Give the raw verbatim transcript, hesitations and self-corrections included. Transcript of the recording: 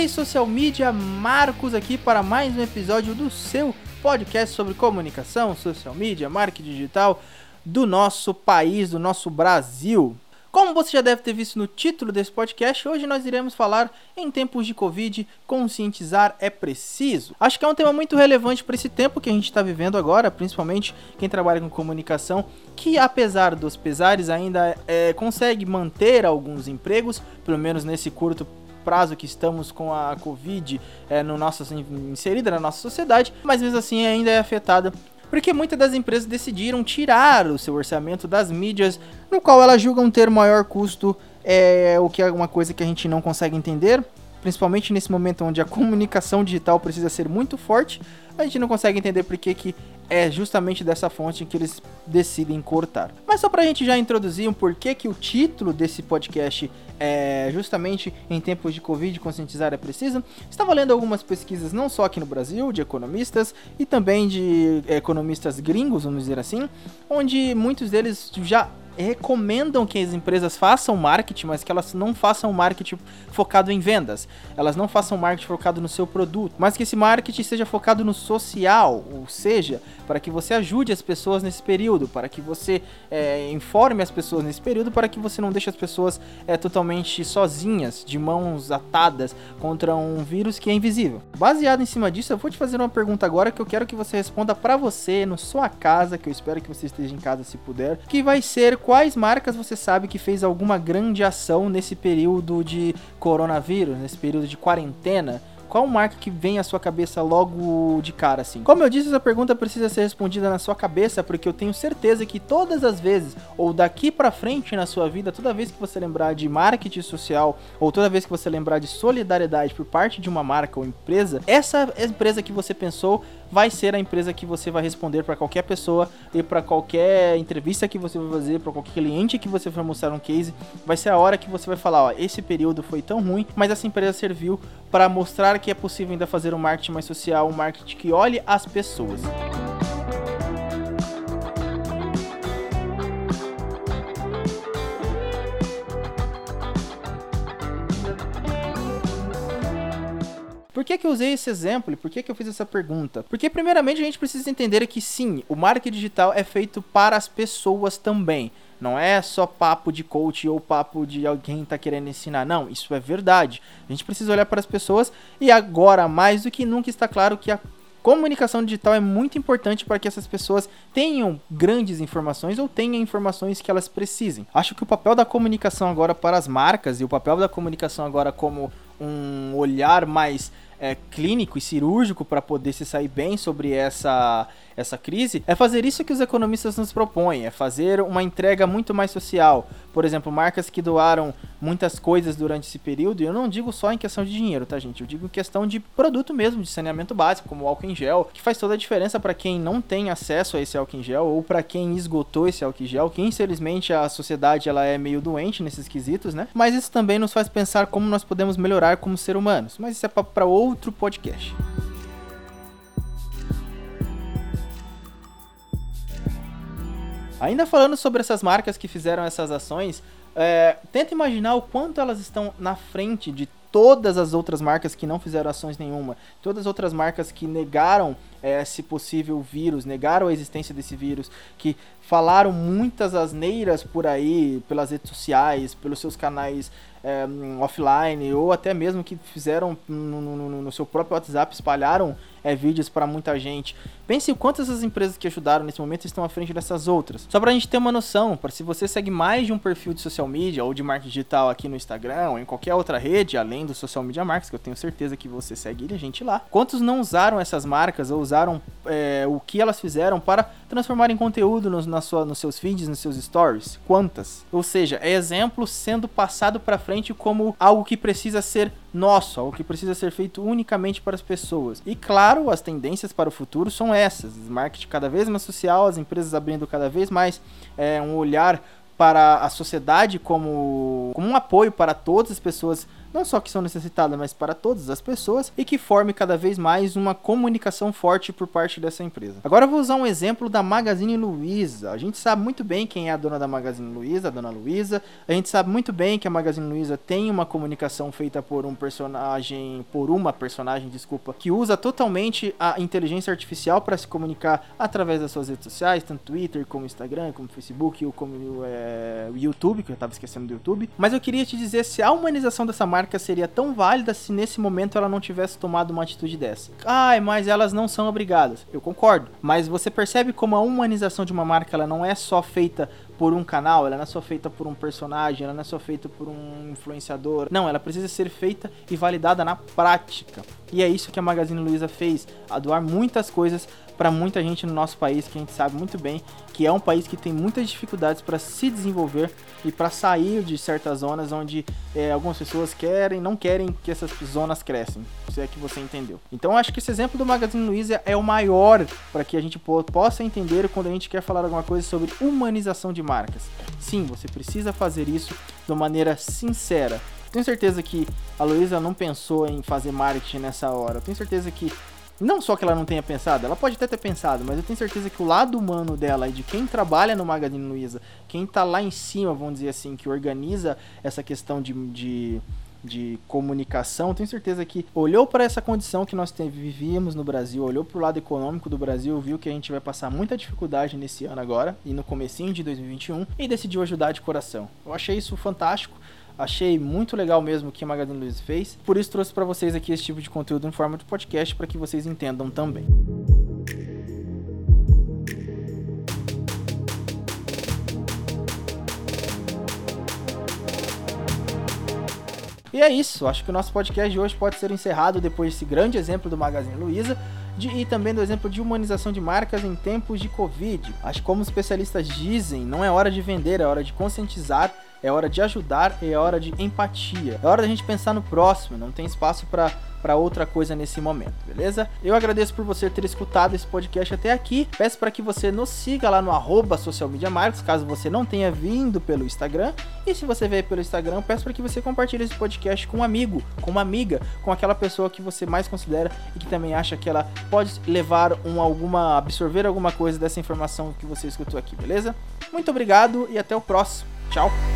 aí, social media, Marcos aqui para mais um episódio do seu podcast sobre comunicação, social media, marketing digital do nosso país, do nosso Brasil. Como você já deve ter visto no título desse podcast, hoje nós iremos falar em tempos de Covid, conscientizar é preciso. Acho que é um tema muito relevante para esse tempo que a gente está vivendo agora, principalmente quem trabalha com comunicação, que apesar dos pesares ainda é, consegue manter alguns empregos, pelo menos nesse curto prazo que estamos com a Covid é, no nosso, inserida na nossa sociedade, mas mesmo assim ainda é afetada. Porque muitas das empresas decidiram tirar o seu orçamento das mídias, no qual elas julgam ter maior custo, é, o que é uma coisa que a gente não consegue entender, principalmente nesse momento onde a comunicação digital precisa ser muito forte, a gente não consegue entender por que que é justamente dessa fonte que eles decidem cortar. Mas só pra gente já introduzir um porquê que o título desse podcast é justamente em tempos de Covid, conscientizar é preciso. Estava lendo algumas pesquisas não só aqui no Brasil, de economistas e também de economistas gringos, vamos dizer assim, onde muitos deles já recomendam que as empresas façam marketing, mas que elas não façam marketing focado em vendas, elas não façam marketing focado no seu produto, mas que esse marketing seja focado no social, ou seja, para que você ajude as pessoas nesse período, para que você é, informe as pessoas nesse período, para que você não deixe as pessoas é, totalmente sozinhas, de mãos atadas contra um vírus que é invisível. Baseado em cima disso, eu vou te fazer uma pergunta agora que eu quero que você responda para você, na sua casa, que eu espero que você esteja em casa se puder, que vai ser: quais marcas você sabe que fez alguma grande ação nesse período de coronavírus, nesse período de quarentena? Qual marca que vem à sua cabeça logo de cara, assim? Como eu disse, essa pergunta precisa ser respondida na sua cabeça, porque eu tenho certeza que todas as vezes, ou daqui pra frente na sua vida, toda vez que você lembrar de marketing social, ou toda vez que você lembrar de solidariedade por parte de uma marca ou empresa, essa empresa que você pensou vai ser a empresa que você vai responder para qualquer pessoa e para qualquer entrevista que você vai fazer, para qualquer cliente que você for mostrar um case. Vai ser a hora que você vai falar: ó, esse período foi tão ruim, mas essa empresa serviu para mostrar que é possível ainda fazer um marketing mais social, um marketing que olhe as pessoas. Por que que eu usei esse exemplo e por que que eu fiz essa pergunta? Porque primeiramente a gente precisa entender que sim, o marketing digital é feito para as pessoas também. Não é só papo de coach ou papo de alguém que tá querendo ensinar. Não, isso é verdade. A gente precisa olhar para as pessoas e agora mais do que nunca está claro que a comunicação digital é muito importante para que essas pessoas tenham grandes informações ou tenham informações que elas precisem. Acho que o papel da comunicação agora para as marcas e o papel da comunicação agora como um olhar mais é, clínico e cirúrgico para poder se sair bem sobre essa, essa crise é fazer isso que os economistas nos propõem, é fazer uma entrega muito mais social. Por exemplo, marcas que doaram muitas coisas durante esse período, e eu não digo só em questão de dinheiro, tá, gente? Eu digo em questão de produto mesmo, de saneamento básico, como o álcool em gel, que faz toda a diferença para quem não tem acesso a esse álcool em gel ou para quem esgotou esse álcool em gel, que infelizmente a sociedade ela é meio doente nesses quesitos, né? Mas isso também nos faz pensar como nós podemos melhorar como ser humanos. Mas isso é para outro podcast. Ainda falando sobre essas marcas que fizeram essas ações, é, tenta imaginar o quanto elas estão na frente de todas as outras marcas que não fizeram ações nenhuma, todas as outras marcas que negaram é, esse possível vírus, negaram a existência desse vírus, que falaram muitas asneiras por aí, pelas redes sociais, pelos seus canais é, offline, ou até mesmo que fizeram no, no, no seu próprio WhatsApp, espalharam é, vídeos para muita gente. Pense o quanto essas empresas que ajudaram nesse momento estão à frente dessas outras. Só pra gente ter uma noção, para se você segue mais de um perfil de social media ou de marketing digital aqui no Instagram ou em qualquer outra rede, além do Social Media Marks, que eu tenho certeza que você segue a gente lá, quantos não usaram essas marcas ou usaram é, o que elas fizeram para transformar em conteúdo no, na sua, nos seus feeds, nos seus stories? Quantas? Ou seja, é exemplo sendo passado para frente como algo que precisa ser nosso, algo que precisa ser feito unicamente para as pessoas. E claro, as tendências para o futuro são essas: marketing cada vez mais social, as empresas abrindo cada vez mais é, um olhar para a sociedade como, como um apoio para todas as pessoas não só que são necessitadas, mas para todas as pessoas, e que forme cada vez mais uma comunicação forte por parte dessa empresa. Agora eu vou usar um exemplo da Magazine Luiza. A gente sabe muito bem quem é a dona da Magazine Luiza, a dona Luiza. A gente sabe muito bem que a Magazine Luiza tem uma comunicação feita por um personagem, por uma personagem, desculpa, que usa totalmente a inteligência artificial para se comunicar através das suas redes sociais, tanto Twitter, como Instagram, como Facebook, ou como é, YouTube, que eu estava esquecendo do YouTube. Mas eu queria te dizer se a humanização dessa marca seria tão válida se nesse momento ela não tivesse tomado uma atitude dessa. Ai, mas elas não são obrigadas. Eu concordo. Mas você percebe como a humanização de uma marca ela não é só feita por um canal, ela não é só feita por um personagem, ela não é só feita por um influenciador. Não, ela precisa ser feita e validada na prática. E é isso que a Magazine Luiza fez, a doar muitas coisas para muita gente no nosso país, que a gente sabe muito bem que é um país que tem muitas dificuldades para se desenvolver e para sair de certas zonas onde é, algumas pessoas querem, não querem que essas zonas cresçam, se é que você entendeu. Então eu acho que esse exemplo do Magazine Luiza é o maior para que a gente po- possa entender quando a gente quer falar alguma coisa sobre humanização de marcas. Sim, você precisa fazer isso de uma maneira sincera. Tenho certeza que a Luiza não pensou em fazer marketing nessa hora. Eu tenho certeza que, não só que ela não tenha pensado, ela pode até ter pensado, mas eu tenho certeza que o lado humano dela e de quem trabalha no Magazine Luiza, quem tá lá em cima, vamos dizer assim, que organiza essa questão de, de, de comunicação, tenho certeza que olhou para essa condição que nós vivíamos no Brasil, olhou para o lado econômico do Brasil, viu que a gente vai passar muita dificuldade nesse ano agora e no comecinho de dois mil e vinte e um e decidiu ajudar de coração. Eu achei isso fantástico. Achei muito legal mesmo o que a Magazine Luiza fez. Por isso trouxe para vocês aqui esse tipo de conteúdo em forma de podcast para que vocês entendam também. E é isso, acho que o nosso podcast de hoje pode ser encerrado depois desse grande exemplo do Magazine Luiza de, e também do exemplo de humanização de marcas em tempos de Covid. Acho que como os especialistas dizem, não é hora de vender, é hora de conscientizar, é hora de ajudar e é hora de empatia. É hora da gente pensar no próximo, não tem espaço para para outra coisa nesse momento, beleza? Eu agradeço por você ter escutado esse podcast até aqui. Peço para que você nos siga lá no arroba Social Media Marcos, caso você não tenha vindo pelo Instagram. E se você veio pelo Instagram, peço para que você compartilhe esse podcast com um amigo, com uma amiga, com aquela pessoa que você mais considera e que também acha que ela pode levar um, alguma, absorver alguma coisa dessa informação que você escutou aqui, beleza? Muito obrigado e até o próximo. Tchau!